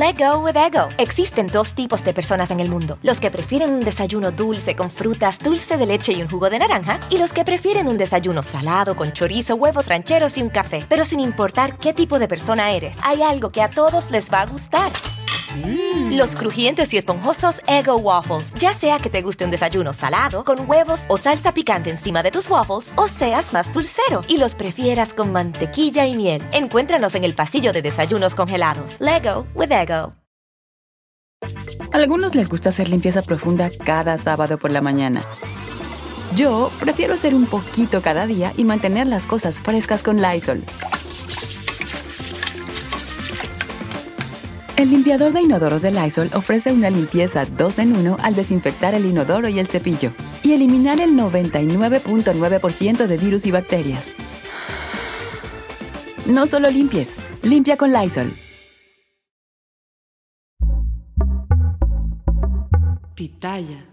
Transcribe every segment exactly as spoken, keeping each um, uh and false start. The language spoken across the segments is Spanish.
Let go with Ego. Existen dos tipos de personas en el mundo. Los que prefieren un desayuno dulce con frutas, dulce de leche y un jugo de naranja. Y los que prefieren un desayuno salado con chorizo, huevos rancheros y un café. Pero sin importar qué tipo de persona eres, hay algo que a todos les va a gustar. Mm. Los crujientes y esponjosos Eggo Waffles. Ya sea que te guste un desayuno salado, con huevos o salsa picante encima de tus waffles, o seas más dulcero y los prefieras con mantequilla y miel. Encuéntranos en el pasillo de desayunos congelados. Lego with Eggo. A algunos les gusta hacer limpieza profunda cada sábado por la mañana. Yo prefiero hacer un poquito cada día y mantener las cosas frescas con Lysol. El limpiador de inodoros de Lysol ofrece una limpieza dos en uno al desinfectar el inodoro y el cepillo y eliminar el noventa y nueve punto nueve por ciento de virus y bacterias. No solo limpies, limpia con Lysol. Pitaya.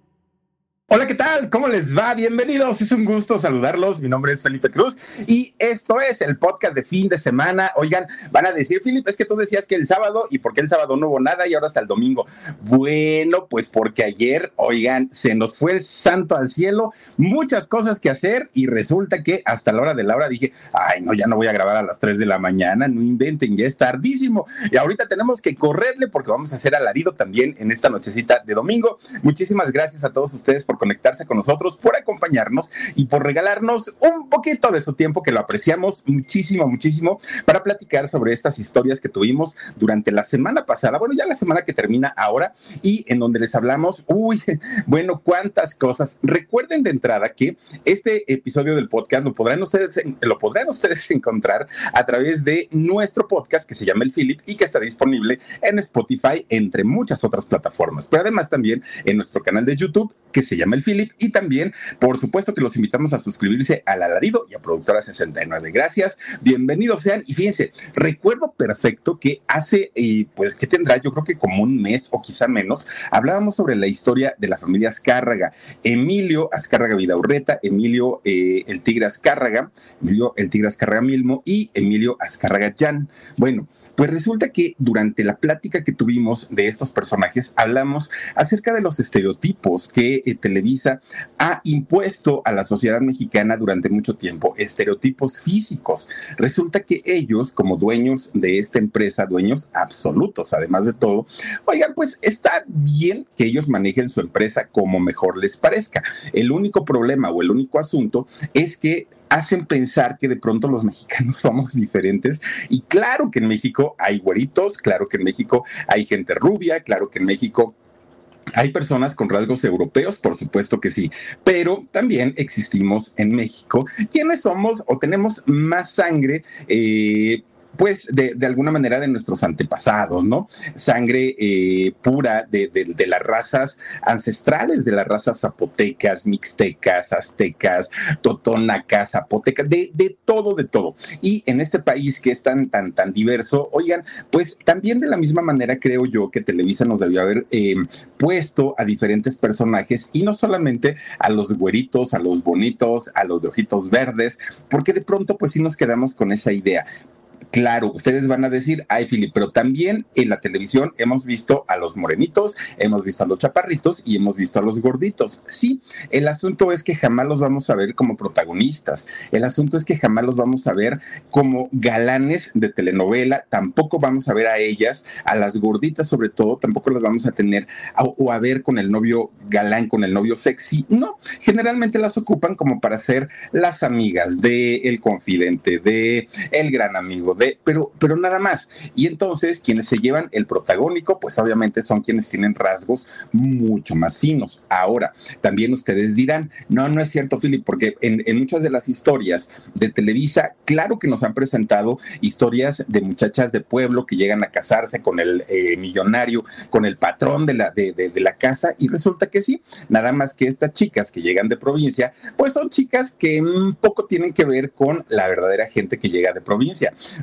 Hola, ¿qué tal? ¿Cómo les va? Bienvenidos, es un gusto saludarlos. Mi nombre es Felipe Cruz y esto es el podcast de fin de semana. Oigan, van a decir, Felipe, es que tú decías que el sábado, ¿y por qué el sábado no hubo nada y ahora hasta el domingo? Bueno, pues porque ayer, oigan, se nos fue el santo al cielo, muchas cosas que hacer y resulta que hasta la hora de la hora dije, ay, no, ya no voy a grabar a las tres de la mañana, no inventen, ya es tardísimo. Y ahorita tenemos que correrle porque vamos a hacer alarido también en esta nochecita de domingo. Muchísimas gracias a todos ustedes por conectarse con nosotros, por acompañarnos y por regalarnos un poquito de su tiempo, que lo apreciamos muchísimo, muchísimo, para platicar sobre estas historias que tuvimos durante la semana pasada, bueno, ya la semana que termina ahora, y en donde les hablamos, uy, bueno, cuántas cosas. Recuerden de entrada que este episodio del podcast lo podrán ustedes, lo podrán ustedes encontrar a través de nuestro podcast que se llama El Philip y que está disponible en Spotify, entre muchas otras plataformas, pero además también en nuestro canal de YouTube que se llama El Philip, y también, por supuesto, que los invitamos a suscribirse al Alarido y a Productora sesenta y nueve. Gracias, bienvenidos sean. Y fíjense, recuerdo perfecto que hace, eh, pues, ¿qué tendrá? Yo creo que como un mes o quizá menos, hablábamos sobre la historia de la familia Azcárraga. Emilio Azcárraga Vidaurreta, Emilio eh, el Tigre Azcárraga, Emilio el Tigre Azcárraga Milmo y Emilio Azcárraga Jan. Bueno, pues resulta que durante la plática que tuvimos de estos personajes hablamos acerca de los estereotipos que eh, Televisa ha impuesto a la sociedad mexicana durante mucho tiempo, estereotipos físicos. Resulta que ellos, como dueños de esta empresa, dueños absolutos, además de todo, oigan, pues está bien que ellos manejen su empresa como mejor les parezca. El único problema o el único asunto es que hacen pensar que de pronto los mexicanos somos diferentes, y claro que en México hay güeritos, claro que en México hay gente rubia, claro que en México hay personas con rasgos europeos, por supuesto que sí, pero también existimos en México quienes somos o tenemos más sangre, eh, pues de, de alguna manera de nuestros antepasados, ¿no? Sangre eh, pura de, de, de las razas ancestrales, de las razas zapotecas, mixtecas, aztecas, totonacas, zapotecas, de, de todo, de todo. Y en este país que es tan, tan, tan diverso, oigan, pues también de la misma manera creo yo que Televisa nos debió haber eh, puesto a diferentes personajes, y no solamente a los güeritos, a los bonitos, a los de ojitos verdes, porque de pronto pues sí nos quedamos con esa idea. Claro, ustedes van a decir, ay, Philip, pero también en la televisión hemos visto a los morenitos, hemos visto a los chaparritos y hemos visto a los gorditos. Sí, el asunto es que jamás los vamos a ver como protagonistas. El asunto es que jamás los vamos a ver como galanes de telenovela. Tampoco vamos a ver a ellas, a las gorditas sobre todo, tampoco las vamos a tener a, o a ver con el novio galán, con el novio sexy. No, generalmente las ocupan como para ser las amigas de el confidente, de el gran amigo, De, pero, pero nada más. Y entonces quienes se llevan el protagónico, pues obviamente son quienes tienen rasgos mucho más finos. Ahora, también ustedes dirán, no, no es cierto, Philip, porque en, en muchas de las historias de Televisa, claro que nos han presentado historias de muchachas de pueblo que llegan a casarse con el eh, millonario, con el patrón de la, de, de, de la casa, y resulta que sí, nada más que estas chicas que llegan de provincia, pues son chicas que un poco tienen que ver con la verdadera gente que llega de provincia.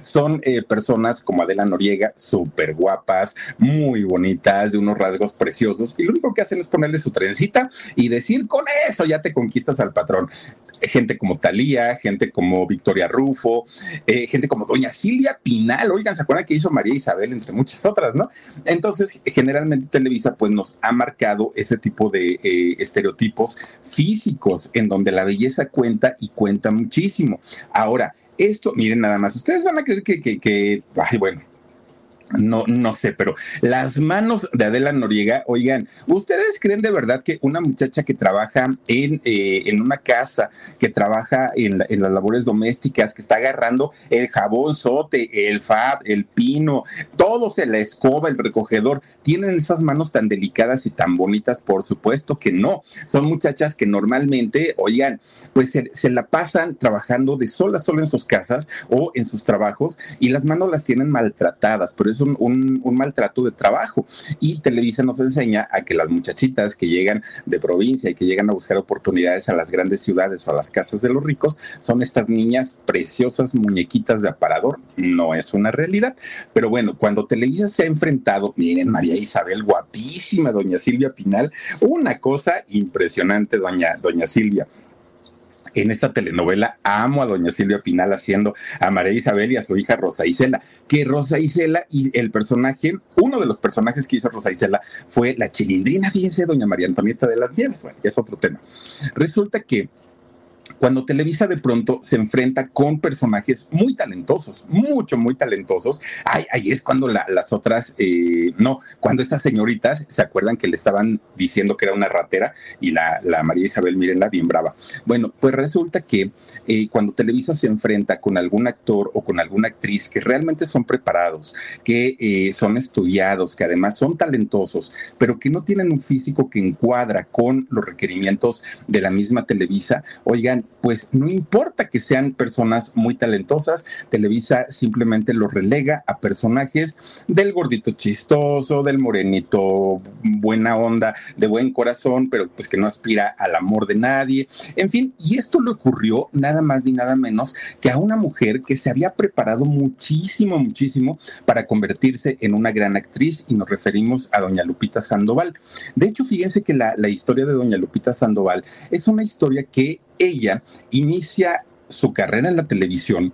son eh, personas como Adela Noriega, súper guapas, muy bonitas, de unos rasgos preciosos, y lo único que hacen es ponerle su trencita y decir, con eso ya te conquistas al patrón. Gente como Thalía, gente como Victoria Rufo, eh, gente como doña Silvia Pinal, oigan, ¿se acuerdan que hizo María Isabel, entre muchas otras, no? Entonces, generalmente Televisa pues nos ha marcado ese tipo de eh, estereotipos físicos en donde la belleza cuenta y cuenta muchísimo. Ahora, esto, miren nada más, ustedes van a creer que, que, que ay, bueno, No, no sé, pero las manos de Adela Noriega, oigan, ¿ustedes creen de verdad que una muchacha que trabaja en, eh, en una casa, que trabaja en, la, en las labores domésticas, que está agarrando el jabón sote, el fab, el pino, todo, se la escoba, el recogedor, tienen esas manos tan delicadas y tan bonitas? Por supuesto que no. Son muchachas que normalmente, oigan, pues se, se la pasan trabajando de sol a sol en sus casas o en sus trabajos y las manos las tienen maltratadas, pero es un, un, un maltrato de trabajo. Y Televisa nos enseña a que las muchachitas que llegan de provincia y que llegan a buscar oportunidades a las grandes ciudades o a las casas de los ricos son estas niñas preciosas, muñequitas de aparador. No es una realidad. Pero bueno, cuando Televisa se ha enfrentado, miren, María Isabel, guapísima, doña Silvia Pinal, una cosa impresionante, doña, doña Silvia. En esta telenovela amo a doña Silvia Pinal haciendo a María Isabel y a su hija Rosa Isela, que Rosa Isela y el personaje, uno de los personajes que hizo Rosa Isela fue la Chilindrina, fíjense, doña María Antonieta de las Nieves. Bueno, ya es otro tema. Resulta que cuando Televisa de pronto se enfrenta con personajes muy talentosos, mucho, muy talentosos, ay, ahí es cuando la, las otras, eh, no, cuando estas señoritas, ¿se acuerdan que le estaban diciendo que era una ratera? Y la, la María Isabel, mírenla, bien brava. Bueno, pues resulta que eh, cuando Televisa se enfrenta con algún actor o con alguna actriz que realmente son preparados, que eh, son estudiados, que además son talentosos, pero que no tienen un físico que encuadra con los requerimientos de la misma Televisa, oigan, pues no importa que sean personas muy talentosas, Televisa simplemente los relega a personajes del gordito chistoso, del morenito buena onda, de buen corazón, pero pues que no aspira al amor de nadie. En fin, y esto le ocurrió nada más ni nada menos que a una mujer que se había preparado muchísimo, muchísimo para convertirse en una gran actriz, y nos referimos a doña Lupita Sandoval. De hecho, fíjense que la, la historia de doña Lupita Sandoval es una historia que ella inicia su carrera en la televisión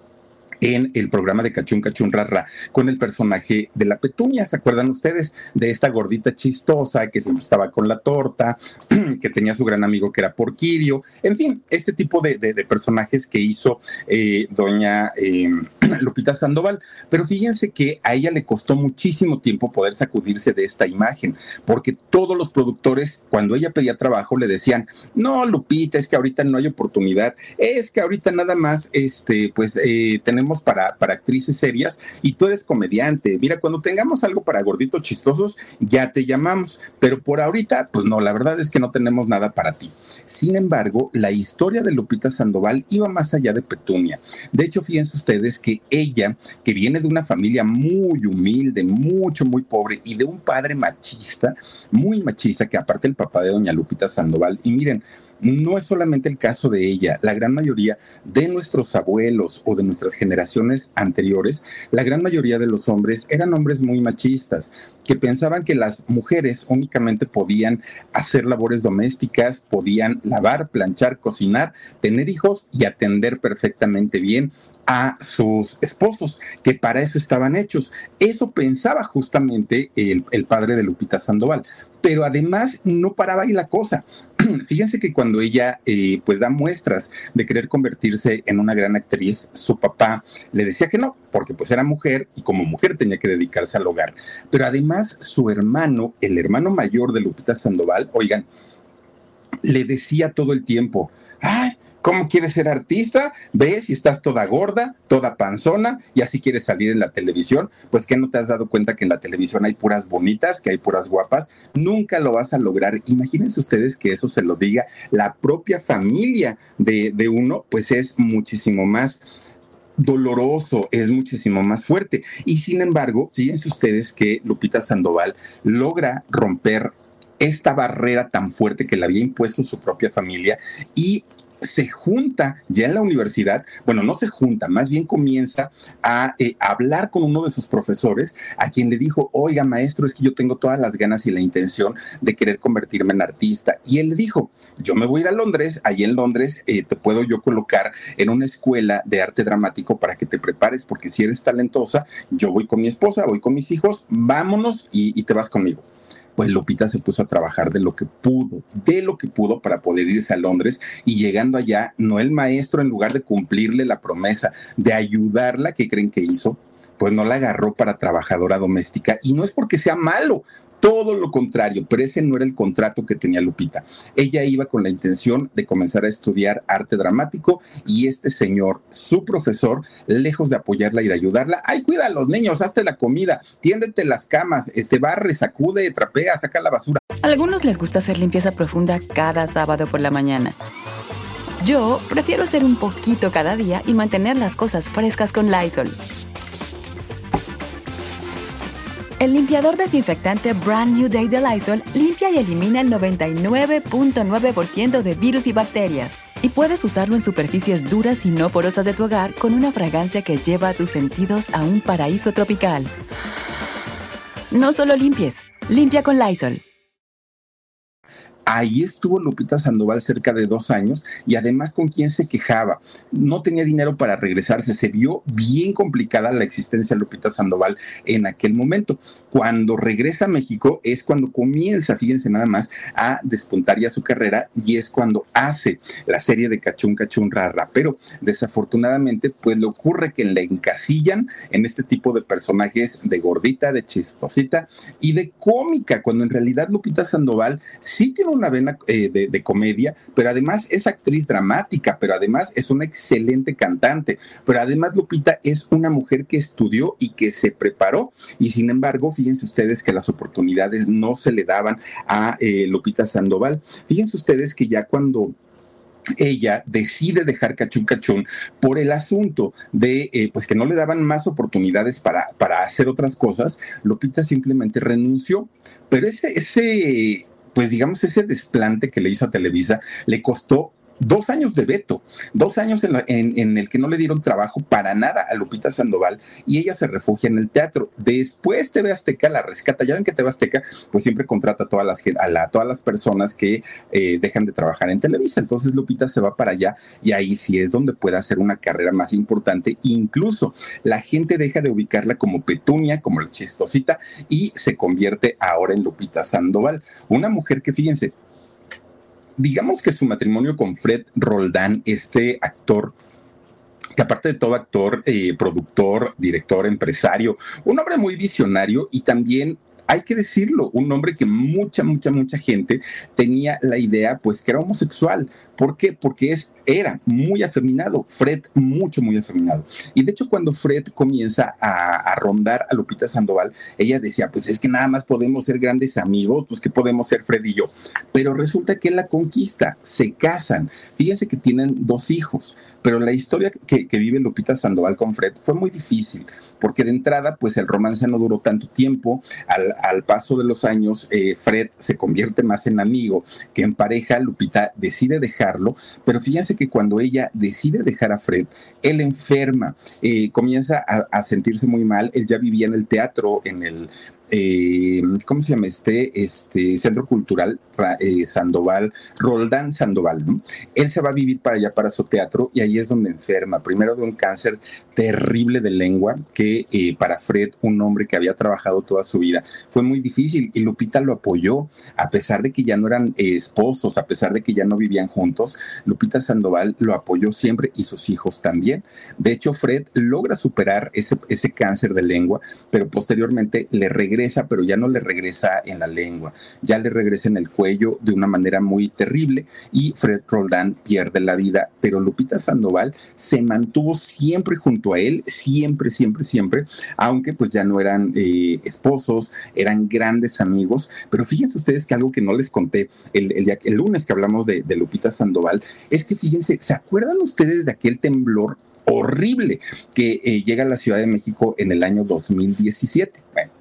en el programa de Cachún Cachún Rarra con el personaje de la Petunia. ¿Se acuerdan ustedes de esta gordita chistosa que siempre estaba con la torta, que tenía su gran amigo que era Porquirio? En fin, este tipo de, de, de personajes que hizo eh, doña eh, Lupita Sandoval. Pero fíjense que a ella le costó muchísimo tiempo poder sacudirse de esta imagen, porque todos los productores, cuando ella pedía trabajo, le decían, no, Lupita, es que ahorita no hay oportunidad, es que ahorita nada más, este, pues, eh, tenemos Para, para actrices serias y tú eres comediante. Mira, cuando tengamos algo para gorditos chistosos, ya te llamamos. Pero por ahorita, pues no, la verdad es que no tenemos nada para ti. Sin embargo, la historia de Lupita Sandoval iba más allá de Petunia. De hecho, fíjense ustedes que ella, que viene de una familia muy humilde, mucho, muy pobre, y de un padre machista, muy machista, que aparte el papá de doña Lupita Sandoval, y miren, no es solamente el caso de ella, la gran mayoría de nuestros abuelos o de nuestras generaciones anteriores, la gran mayoría de los hombres eran hombres muy machistas, que pensaban que las mujeres únicamente podían hacer labores domésticas, podían lavar, planchar, cocinar, tener hijos y atender perfectamente bien a sus esposos, que para eso estaban hechos. Eso pensaba justamente el, el padre de Lupita Sandoval. Pero además no paraba ahí la cosa. Fíjense que cuando ella eh, pues da muestras de querer convertirse en una gran actriz, su papá le decía que no, porque pues era mujer y como mujer tenía que dedicarse al hogar. Pero además su hermano, el hermano mayor de Lupita Sandoval, oigan, le decía todo el tiempo, ¡ay! ¿Cómo quieres ser artista? ¿Ves? Si estás toda gorda, toda panzona, y así quieres salir en la televisión. Pues que no te has dado cuenta que en la televisión hay puras bonitas, que hay puras guapas. Nunca lo vas a lograr. Imagínense ustedes que eso se lo diga la propia familia de, de uno, pues es muchísimo más doloroso, es muchísimo más fuerte. Y sin embargo, fíjense ustedes que Lupita Sandoval logra romper esta barrera tan fuerte que le había impuesto su propia familia y se junta ya en la universidad, bueno, no se junta, más bien comienza a eh, hablar con uno de sus profesores, a quien le dijo, oiga, maestro, es que yo tengo todas las ganas y la intención de querer convertirme en artista. Y él le dijo, yo me voy a ir a Londres, ahí en Londres eh, te puedo yo colocar en una escuela de arte dramático para que te prepares, porque si eres talentosa, yo voy con mi esposa, voy con mis hijos, vámonos y, y te vas conmigo. Pues Lupita se puso a trabajar de lo que pudo, de lo que pudo para poder irse a Londres, y llegando allá, no el maestro, en lugar de cumplirle la promesa de ayudarla, ¿qué creen que hizo? Pues no la agarró para trabajadora doméstica, y no es porque sea malo, todo lo contrario, pero ese no era el contrato que tenía Lupita. Ella iba con la intención de comenzar a estudiar arte dramático, y este señor, su profesor, lejos de apoyarla y de ayudarla, ay, cuida a los niños, hazte la comida, tiéndete las camas, este barre, sacude, trapea, saca la basura. A algunos les gusta hacer limpieza profunda cada sábado por la mañana. Yo prefiero hacer un poquito cada día y mantener las cosas frescas con Lysol. El limpiador desinfectante Brand New Day de Lysol limpia y elimina el noventa y nueve punto nueve por ciento de virus y bacterias. Y puedes usarlo en superficies duras y no porosas de tu hogar con una fragancia que lleva a tus sentidos a un paraíso tropical. No solo limpies, limpia con Lysol. Ahí estuvo Lupita Sandoval cerca de dos años, y además, ¿con quién se quejaba? No tenía dinero para regresarse. Se vio bien complicada la existencia de Lupita Sandoval en aquel momento. Cuando regresa a México es cuando comienza, fíjense nada más, a despuntar ya su carrera, y es cuando hace la serie de Cachún Cachún Rara. Pero desafortunadamente pues le ocurre que la encasillan en este tipo de personajes de gordita, de chistosita y de cómica, cuando en realidad Lupita Sandoval sí tiene una vena eh, de, de comedia, pero además es actriz dramática, pero además es una excelente cantante, pero además Lupita es una mujer que estudió y que se preparó, y sin embargo, fíjense ustedes que las oportunidades no se le daban a eh, Lupita Sandoval. Fíjense ustedes que ya cuando ella decide dejar Cachún Cachún por el asunto de eh, pues que no le daban más oportunidades para, para hacer otras cosas, Lupita simplemente renunció. Pero ese, ese pues digamos, ese desplante que le hizo a Televisa le costó dos años de veto, dos años en, la, en, en el que no le dieron trabajo para nada a Lupita Sandoval, y ella se refugia en el teatro. Después T V Azteca la rescata. Ya ven que T V Azteca pues siempre contrata a todas las, a la, a todas las personas que eh, dejan de trabajar en Televisa. Entonces Lupita se va para allá, y ahí sí es donde puede hacer una carrera más importante. Incluso la gente deja de ubicarla como Petunia, como la chistosita, y se convierte ahora en Lupita Sandoval. Una mujer que, fíjense, digamos que su matrimonio con Fred Roldán, este actor, que aparte de todo actor, eh, productor, director, empresario, un hombre muy visionario, y también, hay que decirlo, un hombre que mucha, mucha, mucha gente tenía la idea, pues, que era homosexual. ¿Por qué? Porque es, era muy afeminado, Fred, mucho, muy afeminado. Y de hecho, cuando Fred comienza a, a rondar a Lupita Sandoval, ella decía, pues es que nada más podemos ser grandes amigos, pues que podemos ser Fred y yo. Pero resulta que él la conquista, se casan. Fíjense que tienen dos hijos, pero la historia que, que vive Lupita Sandoval con Fred fue muy difícil, porque de entrada, pues el romance no duró tanto tiempo. Al, al paso de los años, eh, Fred se convierte más en amigo que en pareja. Lupita decide dejarlo, pero fíjense que cuando ella decide dejar a Fred, él enferma, eh, comienza a, a sentirse muy mal. Él ya vivía en el teatro, en el... Eh, ¿cómo se llama este? Este Centro Cultural eh, Sandoval, Roldán Sandoval, ¿no? Él se va a vivir para allá, para su teatro, y ahí es donde enferma, primero de un cáncer terrible de lengua, que eh, para Fred, un hombre que había trabajado toda su vida, fue muy difícil, y Lupita lo apoyó, a pesar de que ya no eran eh, esposos, a pesar de que ya no vivían juntos. Lupita Sandoval lo apoyó siempre, y sus hijos también. De hecho, Fred logra superar ese, ese cáncer de lengua, pero posteriormente le regresa, pero ya no le regresa en la lengua, ya le regresa en el cuello de una manera muy terrible, y Fred Roldán pierde la vida. Pero Lupita Sandoval se mantuvo siempre junto a él, siempre, siempre, siempre, aunque pues ya no eran eh, esposos, eran grandes amigos. Pero fíjense ustedes que algo que no les conté el, el, el lunes que hablamos de, de Lupita Sandoval, es que fíjense, ¿se acuerdan ustedes de aquel temblor horrible que eh, llega a la Ciudad de México en el año dos mil diecisiete? Bueno,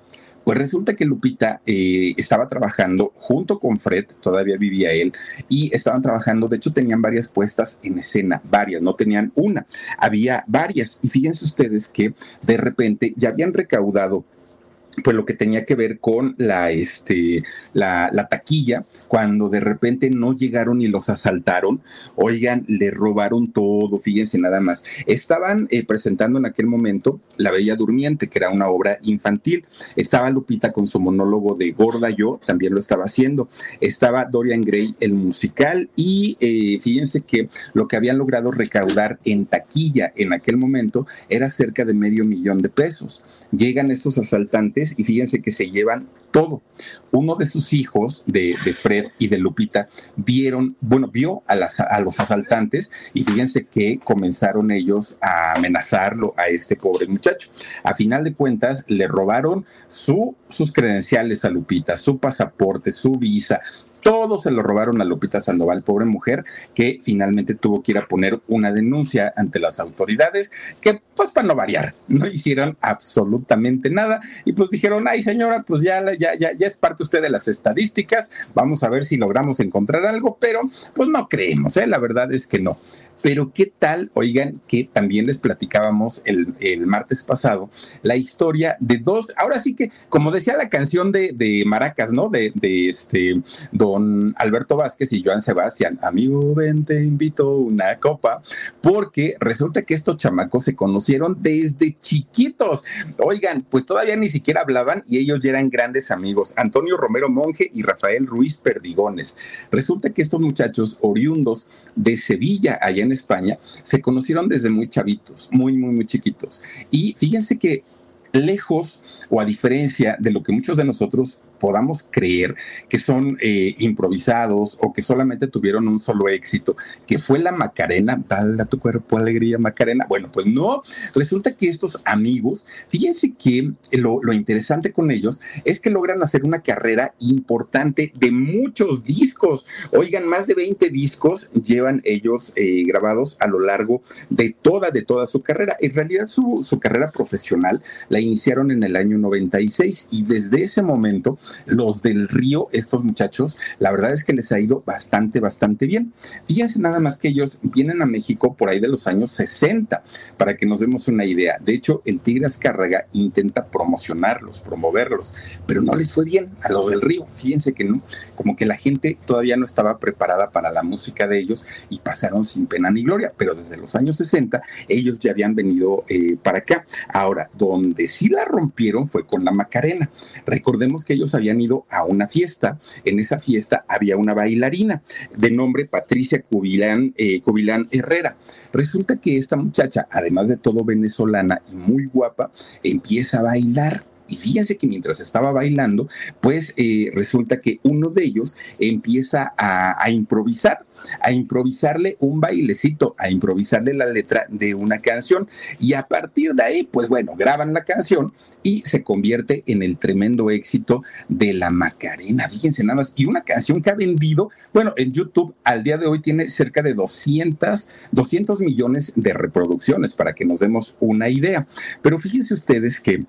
Pues resulta que Lupita eh, estaba trabajando junto con Fred, todavía vivía él, y estaban trabajando, de hecho tenían varias puestas en escena, varias, no tenían una, había varias, y fíjense ustedes que de repente ya habían recaudado pues lo que tenía que ver con la, este, la, la taquilla, cuando de repente no llegaron y los asaltaron. Oigan, le robaron todo, fíjense nada más. Estaban eh, presentando en aquel momento La Bella Durmiente, que era una obra infantil. Estaba Lupita con su monólogo de Gorda Yo, también lo estaba haciendo. Estaba Dorian Gray, el musical, y eh, fíjense que lo que habían logrado recaudar en taquilla en aquel momento era cerca de medio millón de pesos. Llegan estos asaltantes y fíjense que se llevan todo. Uno de sus hijos, de, de Fred y de Lupita, vieron, bueno, vio a, las, a los asaltantes y fíjense que comenzaron ellos a amenazarlo a este pobre muchacho. A final de cuentas, le robaron su, sus credenciales a Lupita, su pasaporte, su visa. Todo se lo robaron a Lupita Sandoval, pobre mujer, que finalmente tuvo que ir a poner una denuncia ante las autoridades, que pues para no variar, no hicieron absolutamente nada y pues dijeron, ay señora, pues ya, ya, ya, ya es parte usted de las estadísticas, vamos a ver si logramos encontrar algo, pero pues no creemos, ¿eh? La verdad es que no. Pero qué tal, oigan, que también les platicábamos el, el martes pasado la historia de dos, ahora sí que, como decía la canción de, de Maracas, ¿no? De, de este don Alberto Vázquez y Joan Sebastián, amigo, ven, te invito una copa, porque resulta que estos chamacos se conocieron desde chiquitos. Oigan, pues todavía ni siquiera hablaban y ellos ya eran grandes amigos, Antonio Romero Monge y Rafael Ruiz Perdigones. Resulta que estos muchachos oriundos de Sevilla, allá en España, se conocieron desde muy chavitos, muy, muy, muy chiquitos. Y fíjense que lejos o a diferencia de lo que muchos de nosotros podamos creer que son eh, improvisados o que solamente tuvieron un solo éxito, que fue la Macarena, dale a tu cuerpo alegría Macarena. Bueno, pues no, resulta que estos amigos, fíjense que lo, lo interesante con ellos es que logran hacer una carrera importante de muchos discos. Oigan, más de veinte discos llevan ellos eh, grabados a lo largo de toda, de toda su carrera. En realidad su, su carrera profesional la iniciaron en el año noventa y seis y desde ese momento los del Río, estos muchachos, la verdad es que les ha ido bastante, bastante bien. Fíjense nada más que ellos vienen a México por ahí de los años sesenta, para que nos demos una idea. De hecho, el Tigre Azcárraga intenta promocionarlos, promoverlos, pero no les fue bien a los del Río. Fíjense que no, como que la gente todavía no estaba preparada para la música de ellos y pasaron sin pena ni gloria, pero desde los años sesenta ellos ya habían venido eh, para acá. Ahora, donde sí la rompieron fue con la Macarena. Recordemos que ellos habían ido a una fiesta. En esa fiesta había una bailarina de nombre Patricia Cubilán, eh, Cubilán Herrera. Resulta que esta muchacha, además de todo venezolana y muy guapa, empieza a bailar. Y fíjense que mientras estaba bailando, pues eh, resulta que uno de ellos empieza a, a improvisar. a improvisarle un bailecito, a improvisarle la letra de una canción y a partir de ahí, pues bueno, graban la canción y se convierte en el tremendo éxito de la Macarena, fíjense nada más, y una canción que ha vendido, bueno, en YouTube al día de hoy tiene cerca de doscientos, doscientos millones de reproducciones, para que nos demos una idea, pero fíjense ustedes que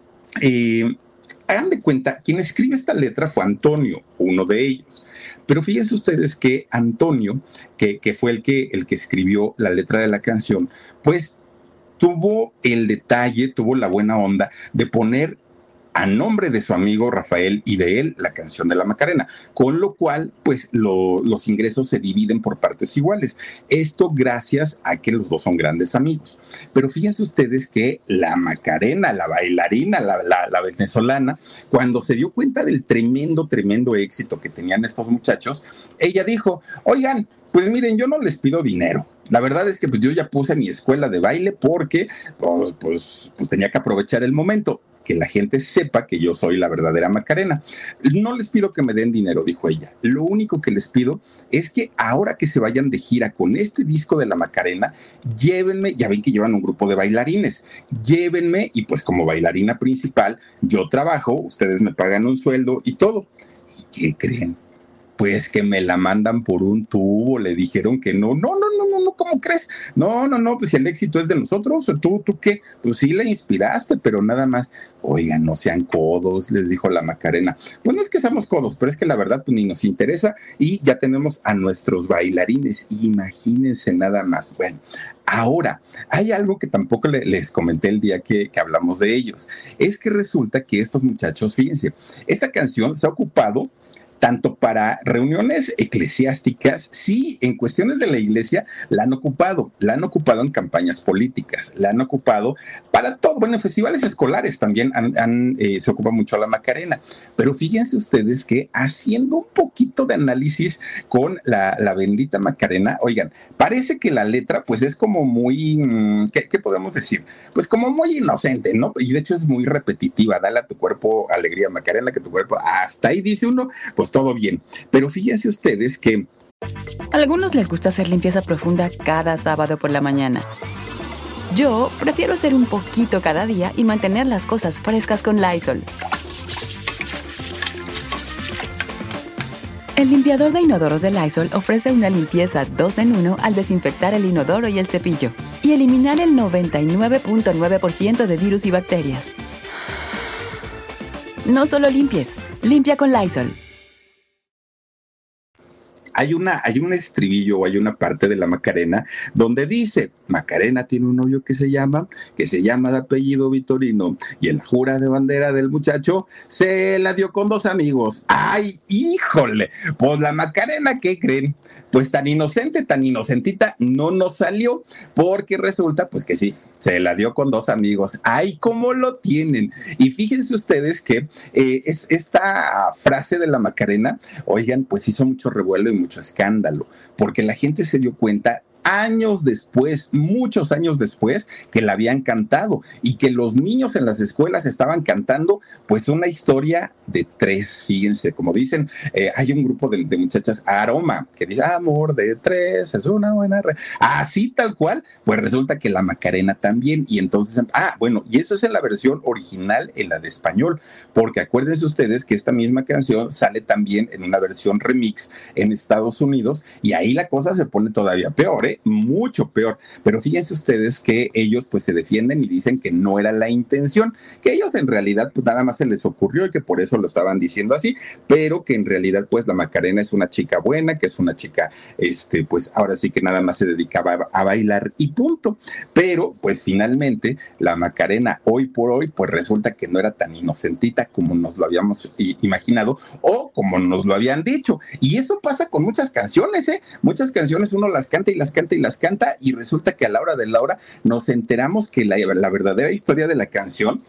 eh, hagan de cuenta, quien escribe esta letra fue Antonio, uno de ellos. Pero fíjense ustedes que Antonio, que, que fue el que, el que escribió la letra de la canción, pues tuvo el detalle, tuvo la buena onda de poner a nombre de su amigo Rafael y de él la canción de la Macarena, con lo cual pues lo, los ingresos se dividen por partes iguales. Esto gracias a que los dos son grandes amigos. Pero fíjense ustedes que la Macarena, la bailarina, la, la, la venezolana, cuando se dio cuenta del tremendo, tremendo éxito que tenían estos muchachos, ella dijo, oigan, pues miren, yo no les pido dinero. La verdad es que pues, yo ya puse mi escuela de baile porque pues, pues, pues tenía que aprovechar el momento, que la gente sepa que yo soy la verdadera Macarena. No les pido que me den dinero, dijo ella. Lo único que les pido es que ahora que se vayan de gira con este disco de la Macarena, llévenme, ya ven que llevan un grupo de bailarines, llévenme y pues como bailarina principal, yo trabajo, ustedes me pagan un sueldo y todo. ¿Y qué creen? Pues que me la mandan por un tubo, le dijeron que no, no, no, no, no, no, ¿cómo crees? No, no, no, pues si el éxito es de nosotros, ¿tú, tú qué? Pues sí la inspiraste, pero nada más. Oigan, no sean codos, les dijo la Macarena. Pues no es que seamos codos, pero es que la verdad pues ni nos interesa y ya tenemos a nuestros bailarines. Imagínense nada más. Bueno, ahora, hay algo que tampoco le, les comenté el día que, que hablamos de ellos. Es que resulta que estos muchachos, fíjense, esta canción se ha ocupado tanto para reuniones eclesiásticas, sí, en cuestiones de la iglesia la han ocupado, la han ocupado en campañas políticas, la han ocupado para todo, bueno, en festivales escolares también han, han, eh, se ocupa mucho la Macarena, pero fíjense ustedes que haciendo un poquito de análisis con la, la bendita Macarena, oigan, parece que la letra pues es como muy, ¿qué, qué podemos decir? Pues como muy inocente, ¿no? Y de hecho es muy repetitiva, dale a tu cuerpo alegría, Macarena, que tu cuerpo, hasta ahí dice uno, pues todo bien. Pero fíjense ustedes que a algunos les gusta hacer limpieza profunda cada sábado por la mañana. Yo prefiero hacer un poquito cada día y mantener las cosas frescas con Lysol. El limpiador de inodoros de Lysol ofrece una limpieza dos en uno al desinfectar el inodoro y el cepillo y eliminar el noventa y nueve punto nueve por ciento de virus y bacterias. No solo limpies, limpia con Lysol. Hay, una, hay un estribillo o hay una parte de la Macarena donde dice, Macarena tiene un novio que se llama, que se llama de apellido Vitorino, y en la jura de bandera del muchacho se la dio con dos amigos. ¡Ay, híjole! Pues la Macarena, ¿qué creen? Pues tan inocente, tan inocentita no nos salió, porque resulta pues que sí, se la dio con dos amigos. ¡Ay, cómo lo tienen! Y fíjense ustedes que eh, es, esta frase de la Macarena, oigan, pues hizo mucho revuelo y mucho escándalo, porque la gente se dio cuenta años después, muchos años después, que la habían cantado y que los niños en las escuelas estaban cantando pues una historia de tres, fíjense, como dicen, eh, hay un grupo de, de muchachas, Aroma, que dice, amor de tres, es una buena red, así tal cual, pues resulta que la Macarena también, y entonces, ah, bueno, y eso es en la versión original, en la de español, porque acuérdense ustedes que esta misma canción sale también en una versión remix en Estados Unidos, y ahí la cosa se pone todavía peor, ¿eh? Mucho peor, pero fíjense ustedes que ellos pues se defienden y dicen que no era la intención, que ellos en realidad pues nada más se les ocurrió y que por eso lo estaban diciendo así, pero que en realidad pues la Macarena es una chica buena, que es una chica, este pues ahora sí que nada más se dedicaba a, a bailar y punto, pero pues finalmente la Macarena hoy por hoy pues resulta que no era tan inocentita como nos lo habíamos imaginado o como nos lo habían dicho, y eso pasa con muchas canciones, ¿eh? Muchas canciones uno las canta y las canta y las canta y resulta que a la hora de la hora nos enteramos que la, la verdadera historia de la canción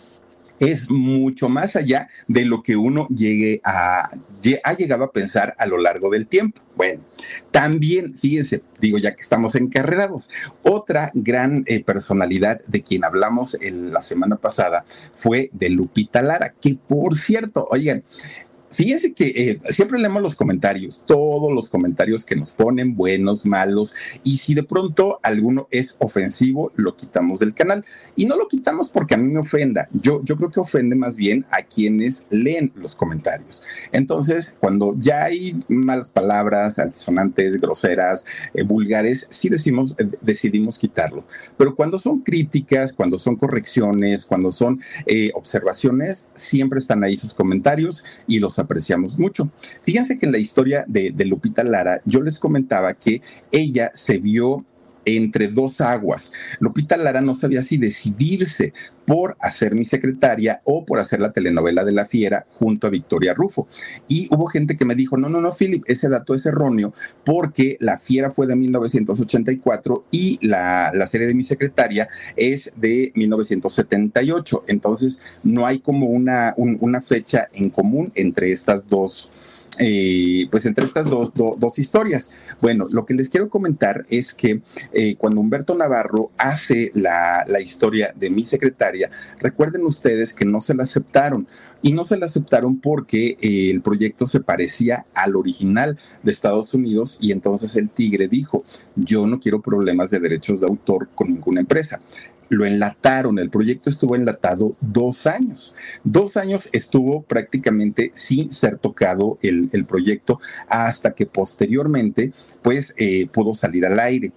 es mucho más allá de lo que uno llegue a, ha llegado a pensar a lo largo del tiempo. Bueno, también, fíjense, digo ya que estamos encarrerados, otra gran eh, personalidad de quien hablamos en la semana pasada fue de Lupita Lara, que por cierto, oigan, fíjense que eh, siempre leemos los comentarios, todos los comentarios que nos ponen, buenos, malos, y si de pronto alguno es ofensivo, lo quitamos del canal. Y no lo quitamos porque a mí me ofenda, yo, yo creo que ofende más bien a quienes leen los comentarios. Entonces, cuando ya hay malas palabras, altisonantes, groseras, eh, vulgares, sí decimos, eh, decidimos quitarlo. Pero cuando son críticas, cuando son correcciones, cuando son eh, observaciones, siempre están ahí sus comentarios y los apreciamos mucho. Fíjense que en la historia de, de Lupita Lara, yo les comentaba que ella se vio entre dos aguas. Lupita Lara no sabía si decidirse por hacer Mi Secretaria o por hacer la telenovela de La Fiera junto a Victoria Rufo. Y hubo gente que me dijo, no, no, no, Philip, ese dato es erróneo porque La Fiera fue de mil novecientos ochenta y cuatro y la, la serie de Mi Secretaria es de mil novecientos setenta y ocho. Entonces, no hay como una, un, una fecha en común entre estas dos Eh, pues entre estas dos, do, dos historias. Bueno, lo que les quiero comentar es que eh, cuando Humberto Navarro hace la, la historia de Mi Secretaria, recuerden ustedes que no se la aceptaron y no se la aceptaron porque eh, el proyecto se parecía al original de Estados Unidos y entonces el Tigre dijo, yo no quiero problemas de derechos de autor con ninguna empresa. Lo enlataron, el proyecto estuvo enlatado dos años. Dos años estuvo prácticamente sin ser tocado el, el proyecto hasta que posteriormente pues eh, pudo salir al aire.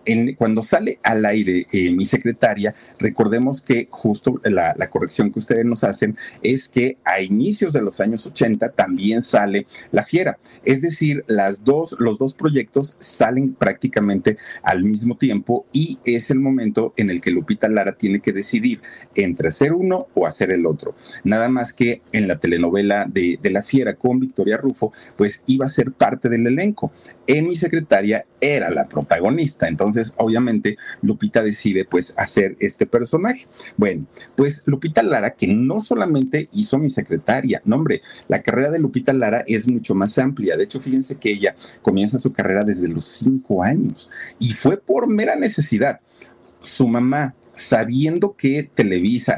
En, cuando sale al aire eh, Mi Secretaria, recordemos que justo la, la corrección que ustedes nos hacen es que a inicios de los años ochenta también sale La Fiera. Es decir, las dos, los dos proyectos salen prácticamente al mismo tiempo y es el momento en el que Lupita Lara tiene que decidir entre hacer uno o hacer el otro. Nada más que en la telenovela de, de La Fiera con Victoria Rufo, pues iba a ser parte del elenco. En Mi Secretaria era la protagonista, entonces obviamente Lupita decide pues hacer este personaje. Bueno, pues Lupita Lara, que no solamente hizo Mi Secretaria, no hombre, la carrera de Lupita Lara es mucho más amplia. De hecho, fíjense que ella comienza su carrera desde los cinco años y fue por mera necesidad. Su mamá, sabiendo que Televisa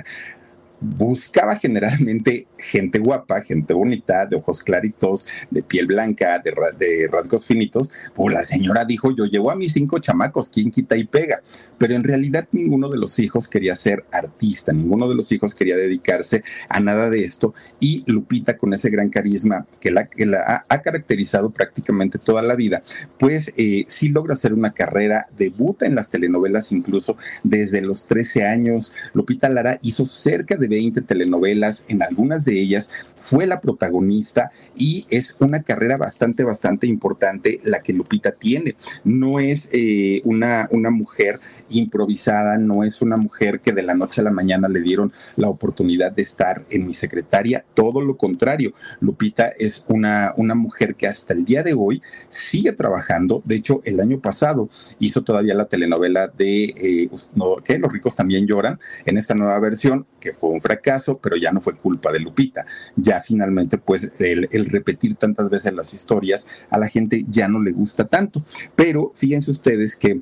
buscaba generalmente gente guapa, gente bonita, de ojos claritos, de piel blanca, de, ra- de rasgos finitos, pues la señora dijo, yo llevo a mis cinco chamacos, ¿quién quita y pega? Pero en realidad ninguno de los hijos quería ser artista, ninguno de los hijos quería dedicarse a nada de esto, y Lupita, con ese gran carisma que la, que la ha, ha caracterizado prácticamente toda la vida, pues eh, sí logra hacer una carrera, debuta en las telenovelas incluso desde los trece años. Lupita Lara hizo cerca de veinte telenovelas, en algunas de ellas fue la protagonista y es una carrera bastante, bastante importante la que Lupita tiene. No es eh, una, una mujer improvisada, no es una mujer que de la noche a la mañana le dieron la oportunidad de estar en Mi Secretaria, todo lo contrario. Lupita es una, una mujer que hasta el día de hoy sigue trabajando. De hecho, el año pasado hizo todavía la telenovela de eh, no, ¿qué? Los ricos también lloran, en esta nueva versión, que fue un fracaso, pero ya no fue culpa de Lupita. Ya finalmente, pues, el, el repetir tantas veces las historias a la gente ya no le gusta tanto. Pero fíjense ustedes que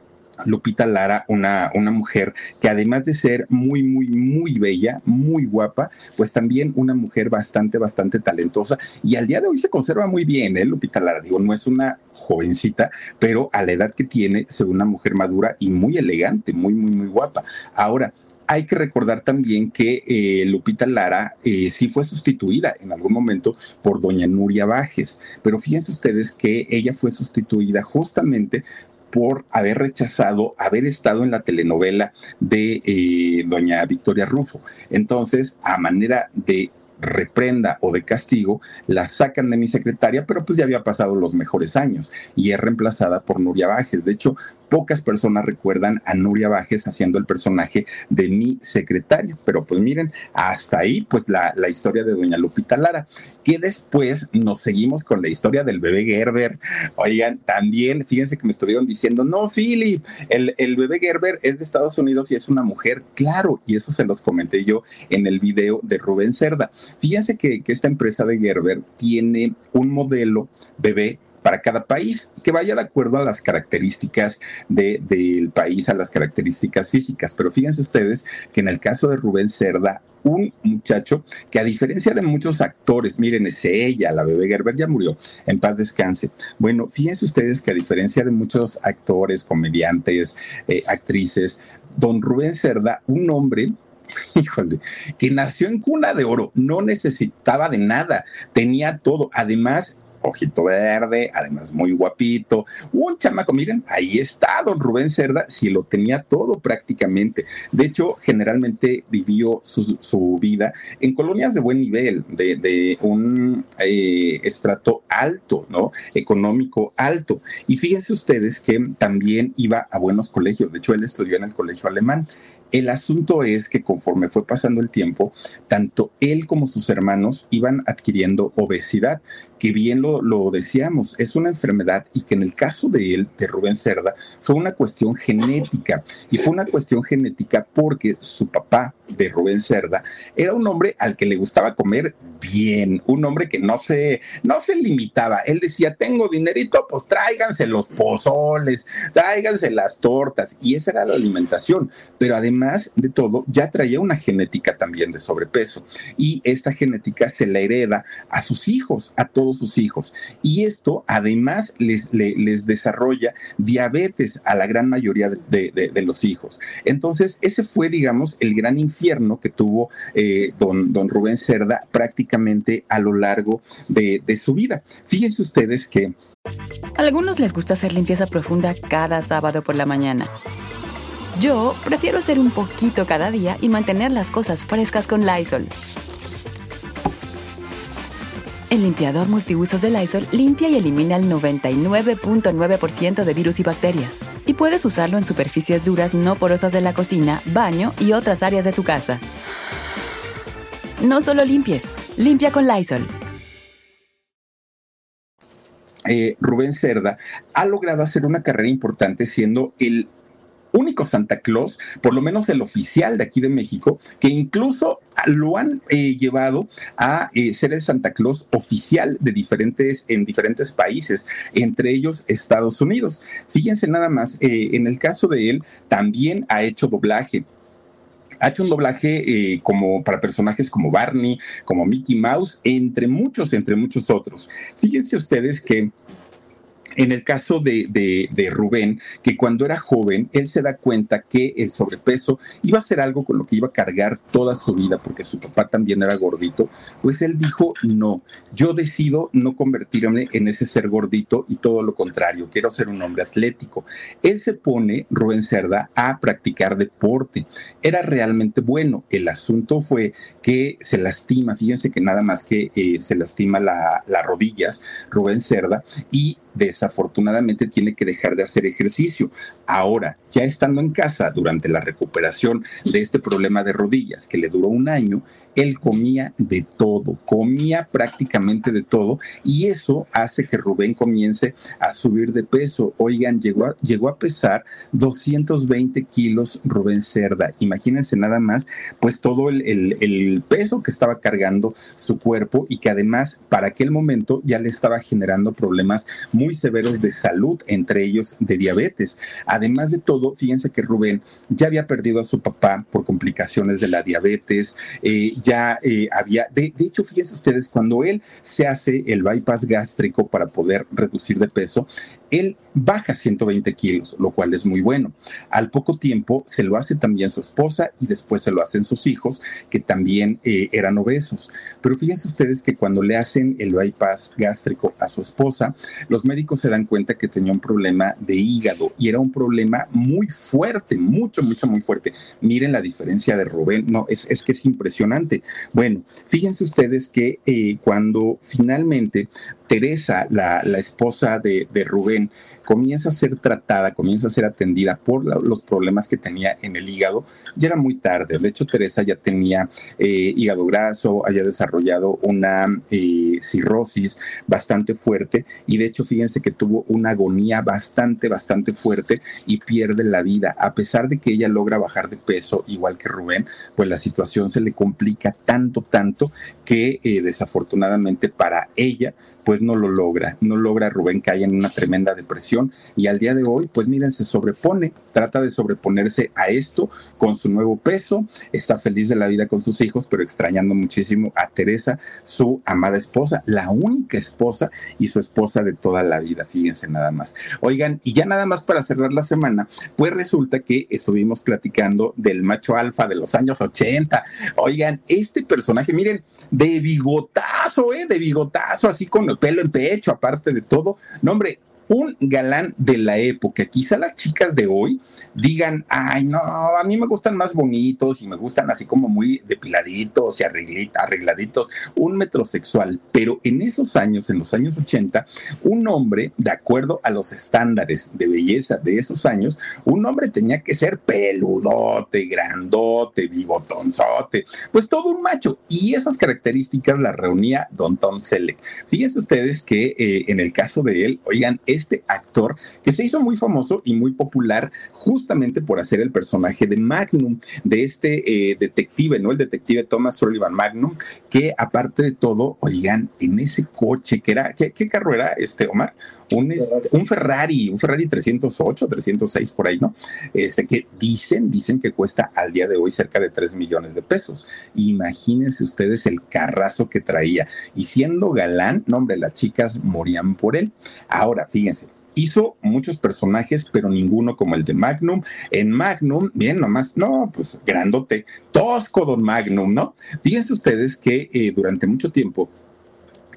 Lupita Lara, una, una mujer que además de ser muy, muy, muy bella, muy guapa, pues también una mujer bastante, bastante talentosa y al día de hoy se conserva muy bien, ¿eh? Lupita Lara, digo, no es una jovencita, pero a la edad que tiene, se ve una mujer madura y muy elegante, muy, muy, muy guapa. Ahora, hay que recordar también que eh, Lupita Lara eh, sí fue sustituida en algún momento por doña Nuria Bajes, pero fíjense ustedes que ella fue sustituida justamente por haber rechazado haber estado en la telenovela de eh, doña Victoria Rufo. Entonces, a manera de reprenda o de castigo, la sacan de Mi Secretaria, pero pues ya había pasado los mejores años y es reemplazada por Nuria Bajes. De hecho, pocas personas recuerdan a Nuria Bajes haciendo el personaje de Mi Secretaria, pero pues miren, hasta ahí pues la, la historia de doña Lupita Lara, que después nos seguimos con la historia del bebé Gerber. Oigan, también, fíjense que me estuvieron diciendo, no, Philip, el, el bebé Gerber es de Estados Unidos y es una mujer, claro, y eso se los comenté yo en el video de Rubén Cerda. Fíjense que, que esta empresa de Gerber tiene un modelo bebé para cada país, que vaya de acuerdo a las características de, del país, a las características físicas. Pero fíjense ustedes que en el caso de Rubén Cerda, un muchacho que a diferencia de muchos actores, miren, es ella, la bebé Gerber ya murió, en paz descanse. Bueno, fíjense ustedes que a diferencia de muchos actores, comediantes, eh, actrices, don Rubén Cerda, un hombre, híjole, que nació en cuna de oro, no necesitaba de nada, tenía todo, además ojito verde, además muy guapito, un chamaco, miren, ahí está don Rubén Cerda, sí lo tenía todo prácticamente. De hecho, generalmente vivió su, su vida en colonias de buen nivel, de, de un eh, estrato alto, ¿no? Económico alto. Y fíjense ustedes que también iba a buenos colegios, de hecho él estudió en el colegio alemán. El asunto es que conforme fue pasando el tiempo, tanto él como sus hermanos iban adquiriendo obesidad, que bien lo, lo decíamos, es una enfermedad y que en el caso de él, de Rubén Cerda, fue una cuestión genética. Y fue una cuestión genética porque su papá de Rubén Cerda era un hombre al que le gustaba comer bien, un hombre que no se, no se limitaba. Él decía, tengo dinerito, pues tráiganse los pozoles, tráiganse las tortas, y esa era la alimentación. Pero además de todo, ya traía una genética también de sobrepeso, y esta genética se la hereda a sus hijos, a todos sus hijos, y esto además les, les, les desarrolla diabetes a la gran mayoría de, de, de los hijos. Entonces, ese fue, digamos, el gran infierno que tuvo eh, don, don Rubén Cerda prácticamente a lo largo de, de su vida. Fíjense ustedes que A algunos les gusta hacer limpieza profunda cada sábado por la mañana. Yo prefiero hacer un poquito cada día y mantener las cosas frescas con Lysol. El limpiador multiusos de Lysol limpia y elimina el noventa y nueve punto nueve por ciento de virus y bacterias. Y puedes usarlo en superficies duras no porosas de la cocina, baño y otras áreas de tu casa. No solo limpies, limpia con Lysol. Eh, Rubén Cerda ha logrado hacer una carrera importante siendo el único Santa Claus, por lo menos el oficial de aquí de México, que incluso lo han eh, llevado a eh, ser el Santa Claus oficial de diferentes, en diferentes países, entre ellos Estados Unidos. Fíjense nada más, eh, en el caso de él, también ha hecho doblaje. Ha hecho un doblaje eh, como para personajes como Barney, como Mickey Mouse, entre muchos, entre muchos otros. Fíjense ustedes que en el caso de, de, de Rubén, que cuando era joven, él se da cuenta que el sobrepeso iba a ser algo con lo que iba a cargar toda su vida, porque su papá también era gordito, pues él dijo, no, yo decido no convertirme en ese ser gordito y todo lo contrario, quiero ser un hombre atlético. Él se pone, Rubén Cerda, a practicar deporte. Era realmente bueno. El asunto fue que se lastima, fíjense que nada más que eh, se lastima la, las rodillas, Rubén Cerda, y desafortunadamente tiene que dejar de hacer ejercicio. Ahora, ya estando en casa durante la recuperación de este problema de rodillas que le duró un año, él comía de todo, comía prácticamente de todo, y eso hace que Rubén comience a subir de peso. Oigan, llegó a, llegó a pesar doscientos veinte kilos Rubén Cerda. Imagínense nada más, pues todo el, el, el peso que estaba cargando su cuerpo, y que además para aquel momento ya le estaba generando problemas muy severos de salud, entre ellos de diabetes. Además de todo, fíjense que Rubén ya había perdido a su papá por complicaciones de la diabetes, eh, ya eh, había, de, de hecho, fíjense ustedes, cuando él se hace el bypass gástrico para poder reducir de peso, él baja ciento veinte kilos, lo cual es muy bueno. Al poco tiempo se lo hace también su esposa, y después se lo hacen sus hijos, que también eh, eran obesos. Pero fíjense ustedes que cuando le hacen el bypass gástrico a su esposa, los médicos se dan cuenta que tenía un problema de hígado, y era un problema muy fuerte, mucho, mucho, muy fuerte. Miren la diferencia de Rubén, no, es, es que es impresionante. Bueno, fíjense ustedes que eh, cuando finalmente Teresa, la, la esposa de, de Rubén, comienza a ser tratada, comienza a ser atendida por la, los problemas que tenía en el hígado, ya era muy tarde. De hecho, Teresa ya tenía eh, hígado graso, había desarrollado una eh, cirrosis bastante fuerte, y de hecho, fíjense que tuvo una agonía bastante, bastante fuerte, y pierde la vida. A pesar de que ella logra bajar de peso, igual que Rubén, pues la situación se le complica tanto, tanto, que eh, desafortunadamente para ella, pues no lo logra, no logra. Rubén cae en una tremenda depresión, y al día de hoy, pues miren, se sobrepone, trata de sobreponerse a esto con su nuevo peso, está feliz de la vida con sus hijos, pero extrañando muchísimo a Teresa, su amada esposa, la única esposa y su esposa de toda la vida, fíjense nada más. Oigan, y ya nada más para cerrar la semana, pues resulta que estuvimos platicando del macho alfa de los años ochenta. Oigan, este personaje, miren, de bigotazo, ¿eh? De bigotazo, así con el pelo en pecho, aparte de todo. No, hombre, un galán de la época. Quizá las chicas de hoy digan, ay, no, a mí me gustan más bonitos y me gustan así como muy depiladitos y arregladitos, un metrosexual. Pero en esos años, en los años ochenta, un hombre, de acuerdo a los estándares de belleza de esos años, un hombre tenía que ser peludote, grandote, bigotonzote, pues todo un macho. Y esas características las reunía Don Tom Selleck. Fíjense ustedes que eh, en el caso de él, oigan, este actor que se hizo muy famoso y muy popular justamente por hacer el personaje de Magnum, de este eh, detective, ¿no? El detective Thomas Sullivan Magnum, que aparte de todo, oigan, en ese coche que era, ¿qué, qué carro era este, Omar? Un, este, un Ferrari, un Ferrari trescientos ocho, trescientos seis por ahí, ¿no? Este que dicen, dicen que cuesta al día de hoy cerca de tres millones de pesos. Imagínense ustedes el carrazo que traía. Y siendo galán, no, hombre, las chicas morían por él. Ahora, fíjense, hizo muchos personajes, pero ninguno como el de Magnum. En Magnum, bien, nomás, no, pues grandote, tosco Don Magnum, ¿no? Fíjense ustedes que eh, durante mucho tiempo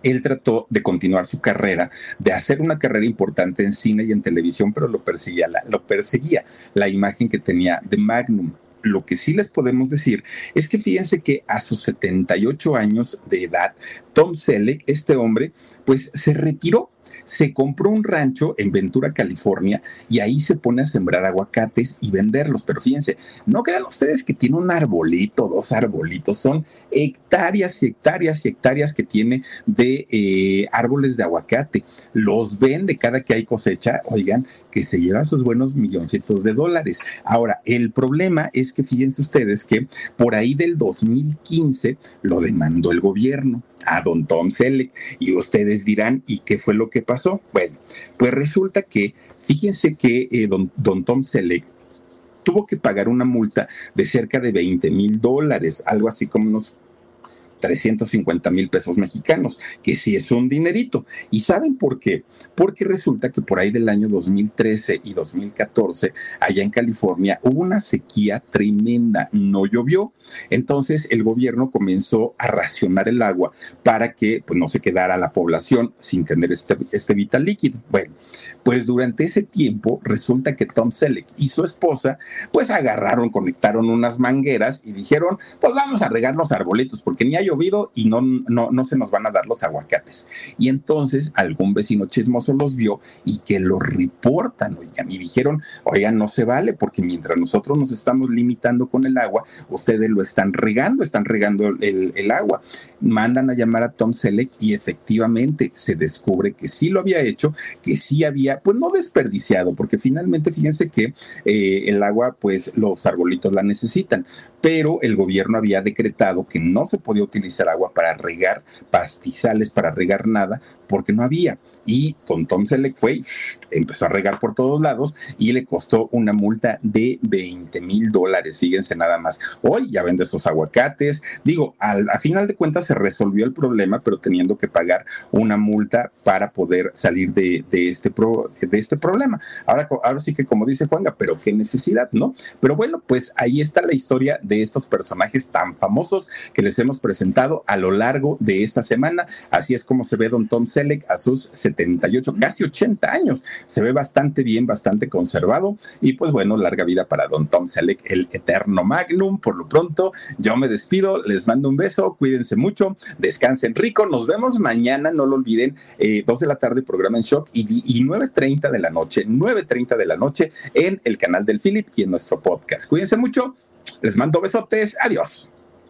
él trató de continuar su carrera, de hacer una carrera importante en cine y en televisión, pero lo perseguía la, lo perseguía la imagen que tenía de Magnum. Lo que sí les podemos decir es que fíjense que a sus setenta y ocho años de edad, Tom Selleck, este hombre, pues se retiró. Se compró un rancho en Ventura, California, y ahí se pone a sembrar aguacates y venderlos. Pero fíjense, no crean ustedes que tiene un arbolito, dos arbolitos, son hectáreas y hectáreas y hectáreas que tiene de eh, árboles de aguacate. Los vende cada que hay cosecha, oigan, que se lleva sus buenos milloncitos de dólares. Ahora, el problema es que fíjense ustedes que por ahí del dos mil quince lo demandó el gobierno a don Tom Selleck, y ustedes dirán, ¿y qué fue lo que pasó? Bueno, pues resulta que, fíjense que eh, don, don Tom Selleck tuvo que pagar una multa de cerca de veinte mil dólares, algo así como unos trescientos cincuenta mil pesos mexicanos, que sí es un dinerito. ¿Y saben por qué? Porque resulta que por ahí del año dos mil trece y dos mil catorce, allá en California, hubo una sequía tremenda, no llovió. Entonces el gobierno comenzó a racionar el agua para que pues, no se quedara la población sin tener este, este vital líquido. Bueno, pues durante ese tiempo resulta que Tom Selleck y su esposa pues agarraron, conectaron unas mangueras y dijeron, pues vamos a regar los arbolitos porque ni ha llovido y no, no, no se nos van a dar los aguacates. Y entonces algún vecino chismoso los vio y que los reportan, oigan, y dijeron, oigan, no se vale porque mientras nosotros nos estamos limitando con el agua, ustedes lo están regando, están regando el, el agua. Mandan a llamar a Tom Selleck y efectivamente se descubre que sí lo había hecho, que sí había, pues no desperdiciado, porque finalmente fíjense que eh, el agua, pues los arbolitos la necesitan, pero el gobierno había decretado que no se podía utilizar agua para regar pastizales, para regar nada, porque no había. Y don Tom Selleck fue, empezó a regar por todos lados y le costó una multa de veinte mil dólares, fíjense nada más. Hoy ya vende esos aguacates. Digo, al, a final de cuentas se resolvió el problema, pero teniendo que pagar una multa para poder salir de, de, este, pro, de este problema. Ahora, ahora sí que como dice Juanga, pero qué necesidad, ¿no? Pero bueno, pues ahí está la historia de estos personajes tan famosos que les hemos presentado a lo largo de esta semana. Así es como se ve don Tom Selleck a sus setenta y ocho, casi ochenta años. Se ve bastante bien, bastante conservado y pues bueno, larga vida para don Tom Selleck, el eterno Magnum. Por lo pronto, yo me despido, les mando un beso, cuídense mucho, descansen rico, nos vemos mañana, no lo olviden, eh, dos de la tarde, programa en Shock y, y nueve treinta de la noche, nueve treinta de la noche en el canal del Philip y en nuestro podcast. Cuídense mucho, les mando besotes, adiós.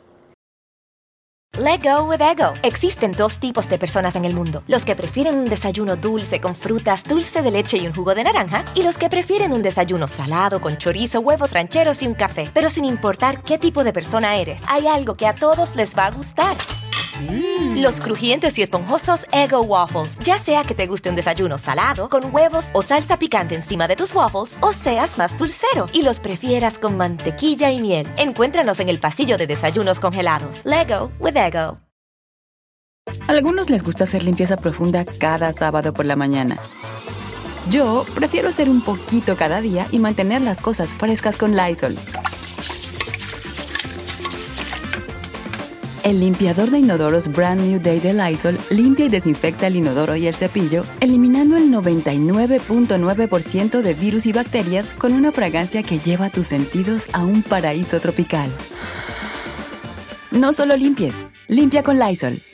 Let go with ego. Existen dos tipos de personas en el mundo. Los que prefieren un desayuno dulce con frutas, dulce de leche y un jugo de naranja. Y los que prefieren un desayuno salado con chorizo, huevos rancheros y un café. Pero sin importar qué tipo de persona eres, hay algo que a todos les va a gustar. Mm. Los crujientes y esponjosos Eggo Waffles. Ya sea que te guste un desayuno salado, con huevos o salsa picante encima de tus waffles, o seas más dulcero y los prefieras con mantequilla y miel. Encuéntranos en el pasillo de desayunos congelados. Lego with Eggo. A algunos les gusta hacer limpieza profunda cada sábado por la mañana. Yo prefiero hacer un poquito cada día y mantener las cosas frescas con Lysol. El limpiador de inodoros Brand New Day de Lysol limpia y desinfecta el inodoro y el cepillo, eliminando el noventa y nueve punto nueve por ciento de virus y bacterias con una fragancia que lleva tus sentidos a un paraíso tropical. No solo limpies, limpia con Lysol.